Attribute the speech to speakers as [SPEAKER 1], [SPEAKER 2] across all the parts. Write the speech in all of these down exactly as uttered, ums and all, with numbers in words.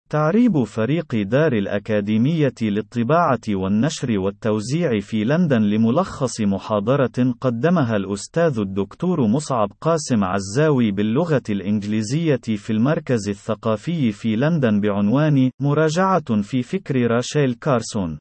[SPEAKER 1] تعريب فريق دار الأكاديمية للطباعة والنشر والتوزيع في لندن لملخص محاضرة قدمها الأستاذ الدكتور مصعب قاسم عزاوي باللغة الإنجليزية في المركز الثقافي في لندن بعنوان مراجعة في فكر راشيل كارسون.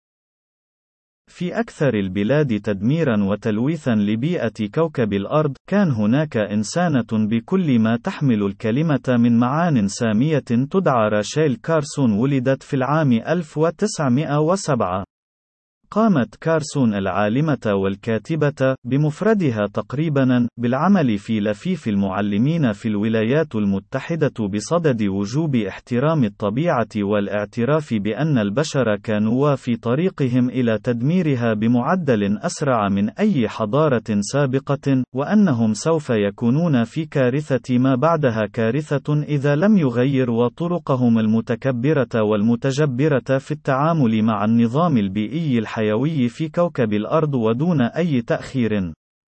[SPEAKER 1] في أكثر البلاد تدميرا وتلويثا لبيئة كوكب الأرض، كان هناك إنسانة بكل ما تحمل الكلمة من معان سامية تدعى راشيل كارسون. ولدت في العام ألف وتسعمائة وسبعة. قامت كارسون العالمة والكاتبة بمفردها تقريبا بالعمل في لفيف المعلمين في الولايات المتحدة بصدد وجوب احترام الطبيعة والاعتراف بأن البشر كانوا في طريقهم إلى تدميرها بمعدل أسرع من أي حضارة سابقة، وأنهم سوف يكونون في كارثة ما بعدها كارثة إذا لم يغيروا طرقهم المتكبرة والمتجبرة في التعامل مع النظام البيئي الحيوي حيوي في كوكب الأرض ودون أي تأخير.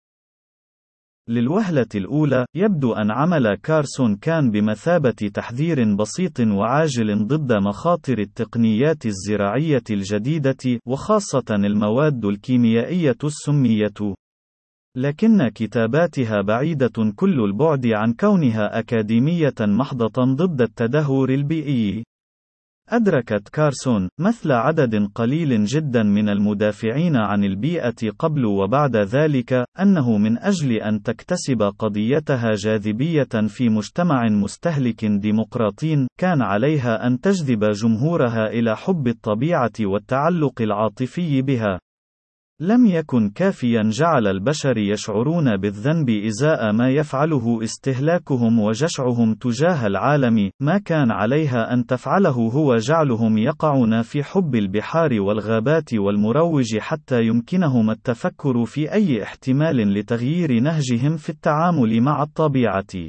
[SPEAKER 1] للوهلة الأولى، يبدو أن عمل كارسون كان بمثابة تحذير بسيط وعاجل ضد مخاطر التقنيات الزراعية الجديدة، وخاصة المواد الكيميائية السمية. لكن كتاباتها بعيدة كل البعد عن كونها أكاديمية محضة ضد التدهور البيئي. أدركت كارسون، مثل عدد قليل جدا من المدافعين عن البيئة قبل وبعد ذلك، أنه من أجل أن تكتسب قضيتها جاذبية في مجتمع مستهلك ديمقراطي، كان عليها أن تجذب جمهورها إلى حب الطبيعة والتعلق العاطفي بها. لم يكن كافيا جعل البشر يشعرون بالذنب إزاء ما يفعله استهلاكهم وجشعهم تجاه العالم، ما كان عليها أن تفعله هو جعلهم يقعون في حب البحار والغابات والمروج حتى يمكنهم التفكر في أي احتمال لتغيير نهجهم في التعامل مع الطبيعة.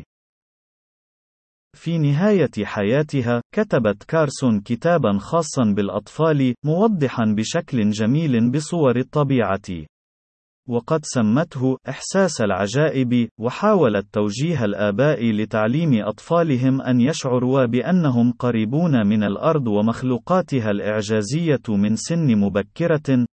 [SPEAKER 1] في نهاية حياتها، كتبت كارسون كتابا خاصا بالأطفال، موضحا بشكل جميل بصور الطبيعة. وقد سمته إحساس العجائب، وحاولت توجيه الآباء لتعليم أطفالهم أن يشعروا بأنهم قريبون من الأرض ومخلوقاتها الإعجازية من سن مبكرة.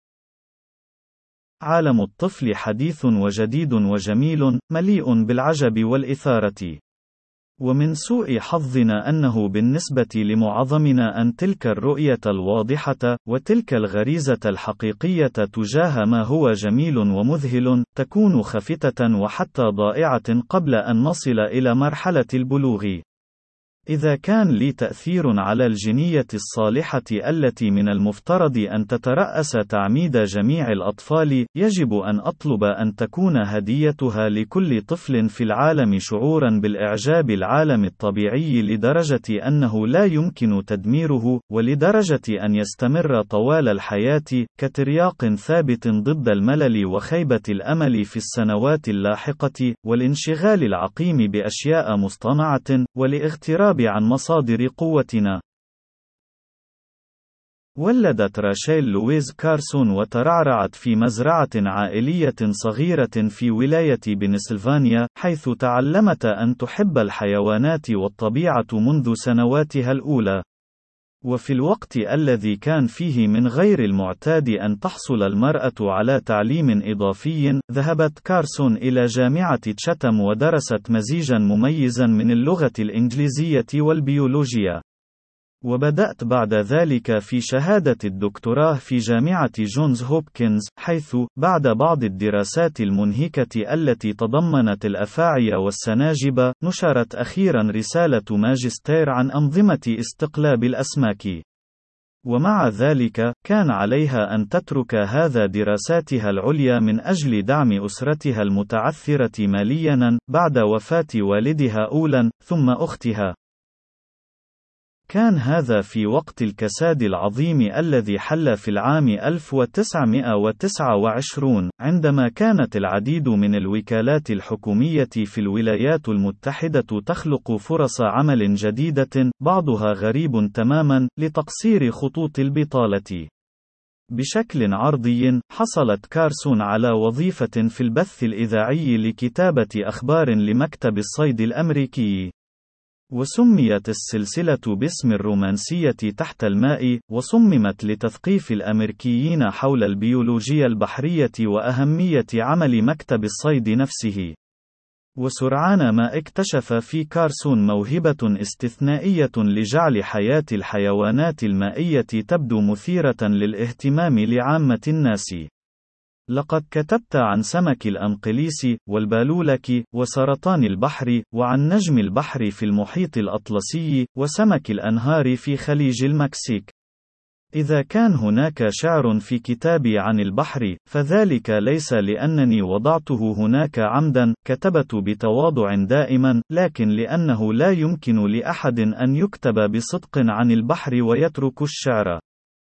[SPEAKER 1] عالم الطفل حديث وجديد وجميل، مليء بالعجب والإثارة. ومن سوء حظنا أنه بالنسبة لمعظمنا أن تلك الرؤية الواضحة، وتلك الغريزة الحقيقية تجاه ما هو جميل ومذهل، تكون خافتة وحتى ضائعة قبل أن نصل إلى مرحلة البلوغ. إذا كان لي تأثير على الجينية الصالحة التي من المفترض أن تترأس تعميد جميع الأطفال، يجب أن أطلب أن تكون هديتها لكل طفل في العالم شعورا بالإعجاب العالم الطبيعي لدرجة أنه لا يمكن تدميره، ولدرجة أن يستمر طوال الحياة، كترياق ثابت ضد الملل وخيبة الأمل في السنوات اللاحقة، والانشغال العقيم بأشياء مصطنعة، ولاغتراب عن مصادر قوتنا. ولدت راشيل لويز كارسون وترعرعت في مزرعة عائلية صغيرة في ولاية بنسلفانيا، حيث تعلمت أن تحب الحيوانات والطبيعة منذ سنواتها الأولى. وفي الوقت الذي كان فيه من غير المعتاد أن تحصل المرأة على تعليم إضافي، ذهبت كارسون إلى جامعة تشاتام ودرست مزيجا مميزا من اللغة الإنجليزية والبيولوجيا. وبدأت بعد ذلك في شهادة الدكتوراه في جامعة جونز هوبكنز، حيث بعد بعض الدراسات المنهكة التي تضمنت الأفاعي والسناجب، نشرت أخيرا رسالة ماجستير عن أنظمة استقلاب الأسماك. ومع ذلك، كان عليها أن تترك هذا دراساتها العليا من أجل دعم أسرتها المتعثرة ماليا، بعد وفاة والدها أولا، ثم أختها. كان هذا في وقت الكساد العظيم الذي حل في العام ألف وتسعمائة وتسعة وعشرين، عندما كانت العديد من الوكالات الحكومية في الولايات المتحدة تخلق فرص عمل جديدة، بعضها غريب تماما، لتقصير خطوط البطالة. بشكل عرضي، حصلت كارسون على وظيفة في البث الإذاعي لكتابة أخبار لمكتب الصيد الأمريكي. وسميت السلسلة باسم الرومانسية تحت الماء، وصممت لتثقيف الأمريكيين حول البيولوجيا البحرية وأهمية عمل مكتب الصيد نفسه. وسرعان ما اكتشف في كارسون موهبة استثنائية لجعل حياة الحيوانات المائية تبدو مثيرة للاهتمام لعامة الناس. لقد كتبت عن سمك الأنقليس، والبالولك، وسرطان البحر، وعن نجم البحر في المحيط الأطلسي، وسمك الأنهار في خليج المكسيك. إذا كان هناك شعر في كتابي عن البحر، فذلك ليس لأنني وضعته هناك عمدا، كتبت بتواضع دائما، لكن لأنه لا يمكن لأحد أن يكتب بصدق عن البحر ويترك الشعر.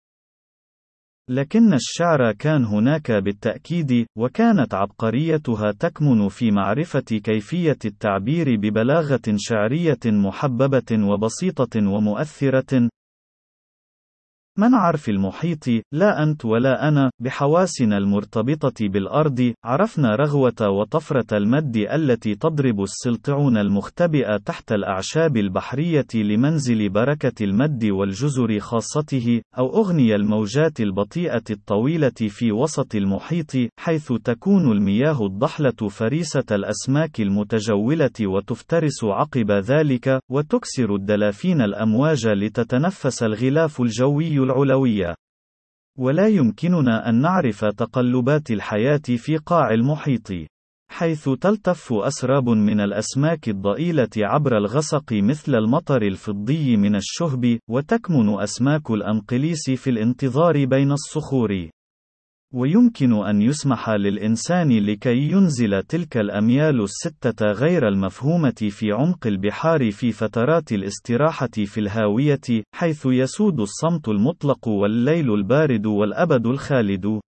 [SPEAKER 1] لكن الشعر كان هناك بالتأكيد، وكانت عبقريتها تكمن في معرفة كيفية التعبير ببلاغة شعرية محببة وبسيطة ومؤثرة. من عرف المحيط، لا أنت ولا أنا، بحواسنا المرتبطة بالأرض، عرفنا رغوة وطفرة المد التي تضرب السلطعون المختبئة تحت الأعشاب البحرية لمنزل بركة المد والجزر خاصته، أو أغني الموجات البطيئة الطويلة في وسط المحيط، حيث تكون المياه الضحلة فريسة الأسماك المتجولة وتفترس عقب ذلك، وتكسر الدلافين الأمواج لتتنفس الغلاف الجوي العلوية. ولا يمكننا أن نعرف تقلبات الحياة في قاع المحيط، حيث تلتف أسراب من الأسماك الضئيلة عبر الغسق مثل المطر الفضي من الشهب، وتكمن أسماك الأنقليس في الانتظار بين الصخور. ويمكن أن يسمح للإنسان لكي ينزل تلك الأميال الستة غير المفهومة في عمق البحار في فترات الاستراحة في الهاوية، حيث يسود الصمت المطلق والليل البارد والأبد الخالد.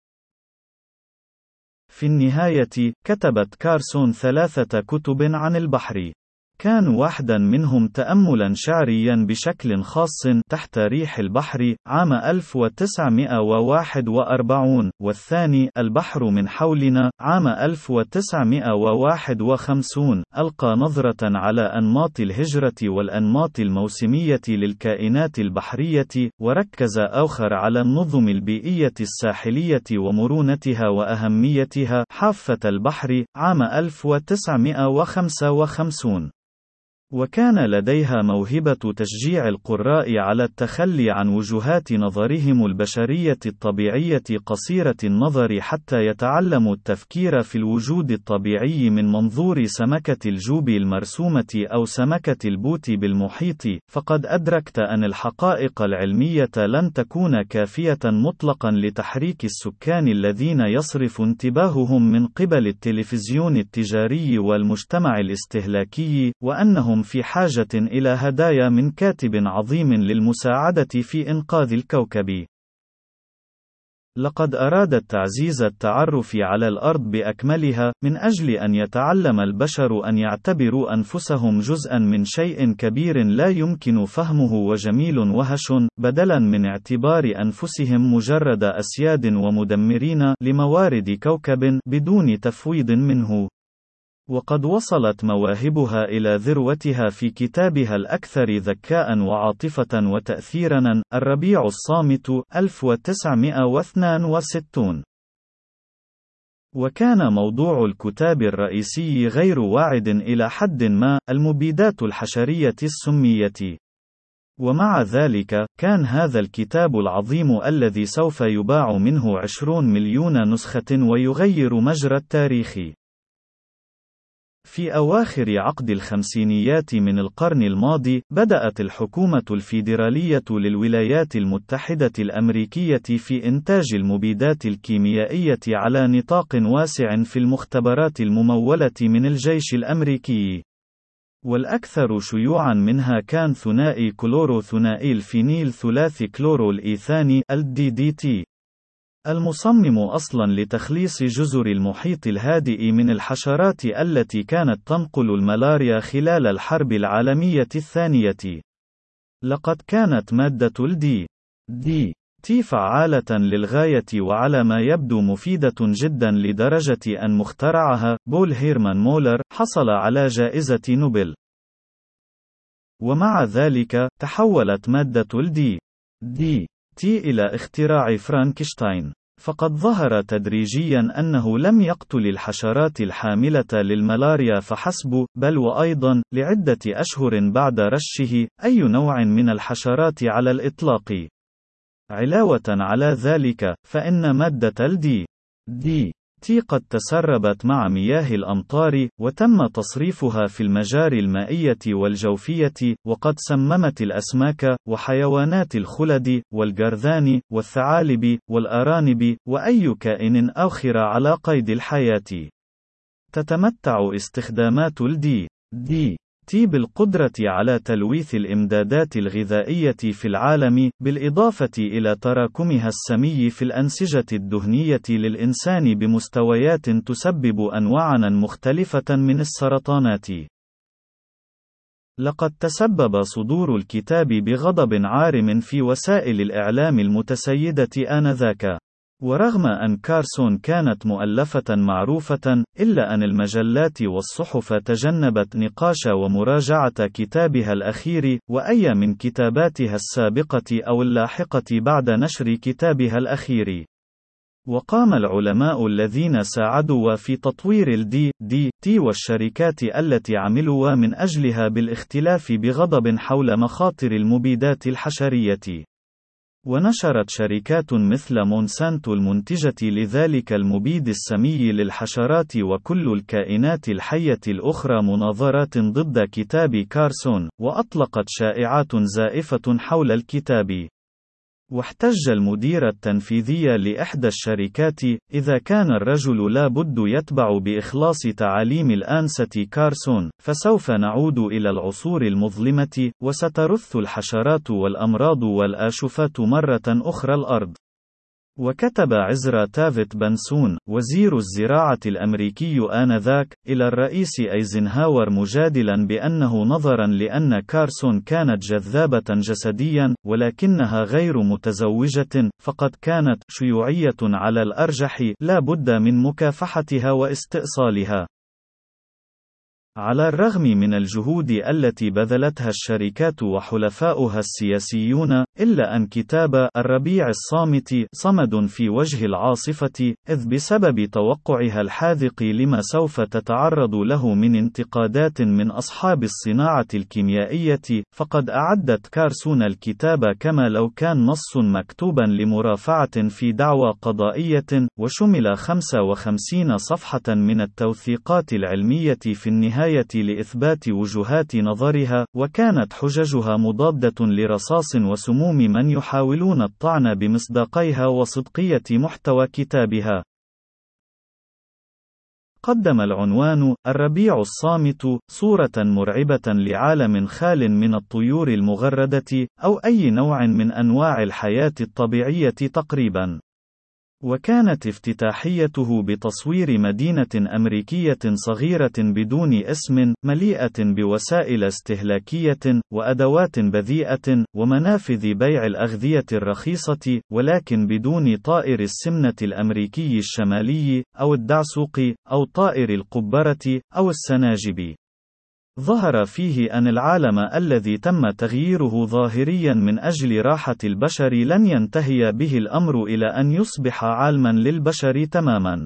[SPEAKER 1] في النهاية، كتبت كارسون ثلاثة كتب عن البحر. كان واحدا منهم تأملا شعريا بشكل خاص تحت ريح البحر عام ألف وتسعمائة وواحد وأربعين، والثاني البحر من حولنا عام ألف وتسعمائة وواحد وخمسين، ألقى نظرة على أنماط الهجرة والأنماط الموسمية للكائنات البحرية، وركز آخر على النظم البيئية الساحلية ومرونتها وأهميتها. حافة البحر عام ألف وتسعمائة وخمسة وخمسين. وكان لديها موهبة تشجيع القراء على التخلي عن وجهات نظرهم البشرية الطبيعية قصيرة النظر حتى يتعلموا التفكير في الوجود الطبيعي من منظور سمكة الجوب المرسومة أو سمكة البوت بالمحيط. فقد أدركت أن الحقائق العلمية لن تكون كافية مطلقا لتحريك السكان الذين يصرف انتباههم من قبل التلفزيون التجاري والمجتمع الاستهلاكي، وأنهم في حاجة إلى هدايا من كاتب عظيم للمساعدة في إنقاذ الكوكب. لقد أرادت تعزيز التعرف على الأرض بأكملها، من أجل أن يتعلم البشر أن يعتبروا أنفسهم جزءا من شيء كبير لا يمكن فهمه وجميل وهش، بدلا من اعتبار أنفسهم مجرد أسياد ومدمرين لموارد كوكب بدون تفويض منه. وقد وصلت مواهبها إلى ذروتها في كتابها الأكثر ذكاء وعاطفة وتأثيرا، الربيع الصامت ألف وتسعمائة واثنين وستين. وكان موضوع الكتاب الرئيسي غير واعد إلى حد ما، المبيدات الحشرية السمية. ومع ذلك، كان هذا الكتاب العظيم الذي سوف يباع منه عشرون مليون نسخة ويغير مجرى التاريخ. في أواخر عقد الخمسينيات من القرن الماضي، بدأت الحكومة الفيدرالية للولايات المتحدة الأمريكية في إنتاج المبيدات الكيميائية على نطاق واسع في المختبرات الممولة من الجيش الأمريكي. والأكثر شيوعًا منها كان ثنائي كلورو ثنائي الفينيل ثلاثي كلورو الإيثاني ال دي دي تي، المصمم أصلاً لتخليص جزر المحيط الهادئ من الحشرات التي كانت تنقل الملاريا خلال الحرب العالمية الثانية. لقد كانت مادة ال دي دي تي فعالة للغاية وعلى ما يبدو مفيدة جدا لدرجة أن مخترعها، بول هيرمان مولر، حصل على جائزة نوبل. ومع ذلك، تحولت مادة ال دي دي تي إلى اختراع فرانكشتاين. فقد ظهر تدريجيا أنه لم يقتل الحشرات الحاملة للملاريا فحسب، بل وأيضا، لعدة أشهر بعد رشه، أي نوع من الحشرات على الإطلاق. علاوة على ذلك، فإن مادة ال دي دي تي قد تسربت مع مياه الأمطار، وتم تصريفها في المجاري المائية والجوفية، وقد سممت الأسماك، وحيوانات الخلد، والجرذان، والثعالب، والأرانب، وأي كائن آخر على قيد الحياة. تتمتع استخدامات ال دي دي تي بالقدرة على تلويث الإمدادات الغذائية في العالم، بالإضافة إلى تراكمها السمي في الأنسجة الدهنية للإنسان بمستويات تسبب أنواعًا مختلفة من السرطانات. لقد تسبب صدور الكتاب بغضب عارم في وسائل الإعلام المتسيدة آنذاك. ورغم أن كارسون كانت مؤلفة معروفة، إلا أن المجلات والصحف تجنبت نقاش ومراجعة كتابها الأخير، وأي من كتاباتها السابقة أو اللاحقة بعد نشر كتابها الأخير. وقام العلماء الذين ساعدوا في تطوير ال دي دي تي والشركات التي عملوا من أجلها بالاختلاف بغضب حول مخاطر المبيدات الحشرية. ونشرت شركات مثل مونسانتو المنتجة لذلك المبيد السمي للحشرات وكل الكائنات الحية الأخرى مناظرات ضد كتاب كارسون، وأطلقت شائعات زائفة حول الكتاب. واحتج المدير التنفيذي لإحدى الشركات: إذا كان الرجل لا بد يتبع بإخلاص تعاليم الآنسة كارسون، فسوف نعود إلى العصور المظلمة، وسترث الحشرات والأمراض والآشفات مرة أخرى الأرض. وكتب عزرا تافت بنسون، وزير الزراعة الأمريكي آنذاك، إلى الرئيس أيزنهاور مجادلا بأنه نظرا لأن كارسون كانت جذابة جسديا، ولكنها غير متزوجة، فقد كانت شيوعية على الأرجح، لا بد من مكافحتها واستئصالها. على الرغم من الجهود التي بذلتها الشركات وحلفاؤها السياسيون، إلا أن كتاب الربيع الصامت صمد في وجه العاصفة، إذ بسبب توقعها الحاذق لما سوف تتعرض له من انتقادات من أصحاب الصناعة الكيميائية، فقد أعدت كارسون الكتاب كما لو كان نص مكتوبا لمرافعة في دعوى قضائية، وشمل خمسة وخمسين صفحة من التوثيقات العلمية في النهاية لإثبات وجهات نظرها، وكانت حججها مضادة لرصاص وسموم من يحاولون الطعن بمصداقيها وصدقية محتوى كتابها. قدم العنوان الربيع الصامت صورة مرعبة لعالم خال من الطيور المغردة، أو أي نوع من أنواع الحياة الطبيعية تقريبا. وكانت افتتاحيته بتصوير مدينة أمريكية صغيرة بدون اسم، مليئة بوسائل استهلاكية، وأدوات بذيئة، ومنافذ بيع الأغذية الرخيصة، ولكن بدون طائر السمنة الأمريكي الشمالي، أو الدعسوق، أو طائر القبرة، أو السناجب. ظهر فيه أن العالم الذي تم تغييره ظاهريا من أجل راحة البشر لن ينتهي به الأمر إلى أن يصبح عالما للبشر تماما.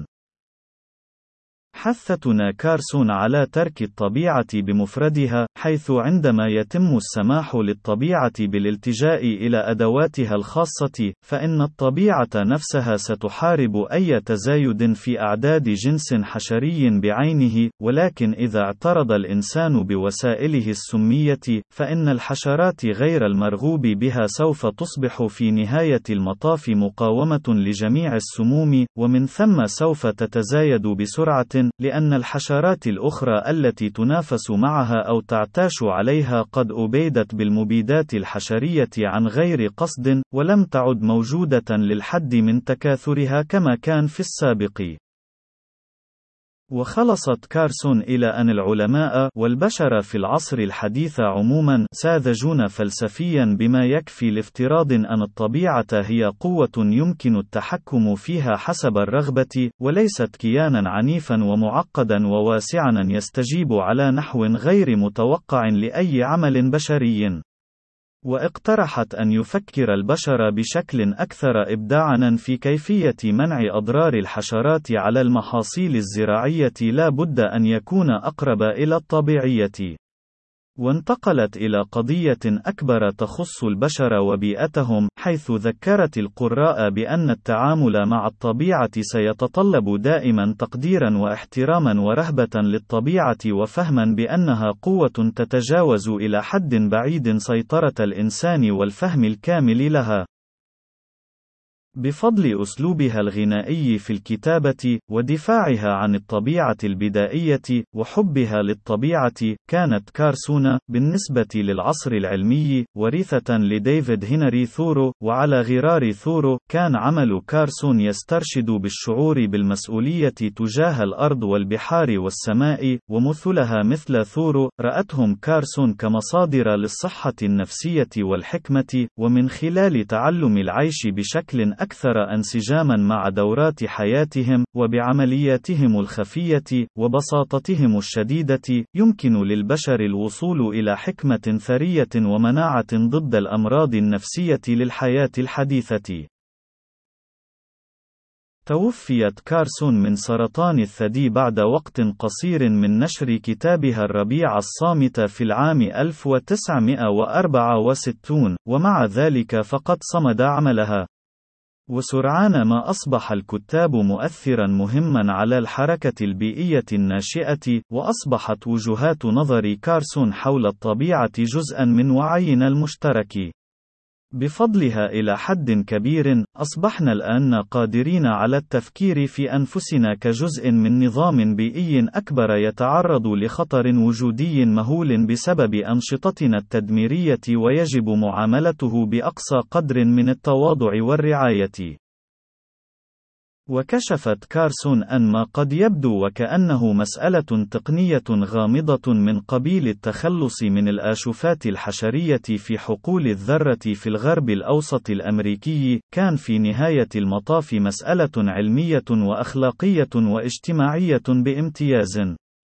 [SPEAKER 1] حثتنا كارسون على ترك الطبيعة بمفردها، حيث عندما يتم السماح للطبيعة بالالتجاء إلى أدواتها الخاصة، فإن الطبيعة نفسها ستحارب أي تزايد في أعداد جنس حشري بعينه، ولكن إذا اعترض الإنسان بوسائله السمية، فإن الحشرات غير المرغوب بها سوف تصبح في نهاية المطاف مقاومة لجميع السموم، ومن ثم سوف تتزايد بسرعة، لأن الحشرات الأخرى التي تنافس معها أو تعتاش عليها قد أبيدت بالمبيدات الحشرية عن غير قصد، ولم تعد موجودة للحد من تكاثرها كما كان في السابق. وخلصت كارسون إلى أن العلماء والبشر في العصر الحديث عموما ساذجون فلسفيا بما يكفي لافتراض أن الطبيعة هي قوة يمكن التحكم فيها حسب الرغبة، وليست كيانا عنيفا ومعقدا وواسعا يستجيب على نحو غير متوقع لأي عمل بشري. واقترحت أن يفكر البشر بشكل أكثر إبداعًا في كيفية منع أضرار الحشرات على المحاصيل الزراعية لا بد أن يكون أقرب إلى الطبيعية. وانتقلت إلى قضية أكبر تخص البشر وبيئتهم، حيث ذكرت القراء بأن التعامل مع الطبيعة سيتطلب دائما تقديرا واحتراما ورهبة للطبيعة وفهما بأنها قوة تتجاوز إلى حد بعيد سيطرة الإنسان والفهم الكامل لها. بفضل أسلوبها الغنائي في الكتابة، ودفاعها عن الطبيعة البدائية، وحبها للطبيعة، كانت كارسون، بالنسبة للعصر العلمي، ورثة لديفيد هنري ثورو، وعلى غرار ثورو، كان عمل كارسون يسترشد بالشعور بالمسؤولية تجاه الأرض والبحار والسماء، ومثلها مثل ثورو، رأتهم كارسون كمصادر للصحة النفسية والحكمة، ومن خلال تعلم العيش بشكل أكثر انسجاما مع دورات حياتهم، وبعملياتهم الخفية، وبساطتهم الشديدة، يمكن للبشر الوصول إلى حكمة ثرية ومناعة ضد الأمراض النفسية للحياة الحديثة. توفيت كارسون من سرطان الثدي بعد وقت قصير من نشر كتابها الربيع الصامت في العام ألف وتسعمائة وأربعة وستين، ومع ذلك فقد صمد عملها. وسرعان ما أصبح الكتاب مؤثرا مهما على الحركة البيئية الناشئة، وأصبحت وجهات نظر كارسون حول الطبيعة جزءا من وعينا المشترك. بفضلها إلى حد كبير، أصبحنا الآن قادرين على التفكير في أنفسنا كجزء من نظام بيئي أكبر يتعرض لخطر وجودي مهول بسبب أنشطتنا التدميرية، ويجب معاملته بأقصى قدر من التواضع والرعاية. وكشفت كارسون أن ما قد يبدو وكأنه مسألة تقنية غامضة من قبيل التخلص من الآشوفات الحشرية في حقول الذرة في الغرب الأوسط الأمريكي، كان في نهاية المطاف مسألة علمية وأخلاقية واجتماعية بامتياز.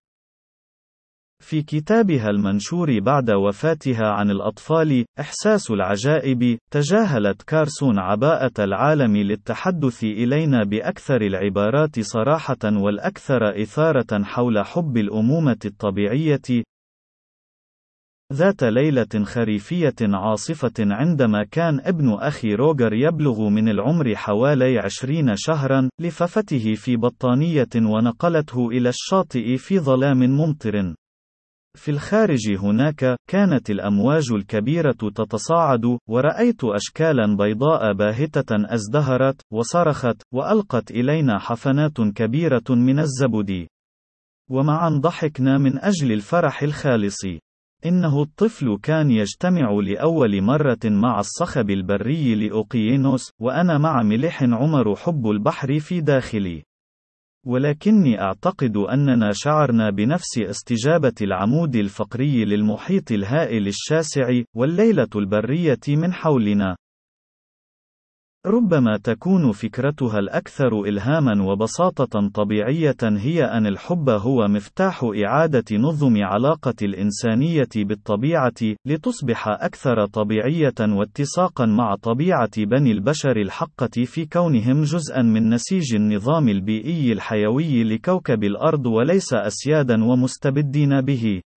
[SPEAKER 1] في كتابها المنشور بعد وفاتها عن الأطفال، إحساس العجائب، تجاهلت كارسون عباءة العالم للتحدث إلينا بأكثر العبارات صراحة والأكثر إثارة حول حب الأمومة الطبيعية. ذات ليلة خريفية عاصفة، عندما كان ابن أخي روجر يبلغ من العمر حوالي عشرين شهرا، لففته في بطانية ونقلته إلى الشاطئ في ظلام ممطر. في الخارج هناك، كانت الأمواج الكبيرة تتصاعد، ورأيت أشكالا بيضاء باهتة ازدهرت، وصرخت، وألقت إلينا حفنات كبيرة من الزبد. ومعا ضحكنا من أجل الفرح الخالص. إنه الطفل كان يجتمع لأول مرة مع الصخب البري لأوقيانوس، وأنا مع ملح عمر حب البحر في داخلي. ولكني أعتقد أننا شعرنا بنفس استجابة العمود الفقري للمحيط الهائل الشاسع، والليلة البرية من حولنا. ربما تكون فكرتها الأكثر إلهاما وبساطة طبيعية هي أن الحب هو مفتاح إعادة نظم علاقة الإنسانية بالطبيعة، لتصبح أكثر طبيعية واتساقا مع طبيعة بني البشر الحقة في كونهم جزءا من نسيج النظام البيئي الحيوي لكوكب الأرض، وليس أسيادا ومستبدين به.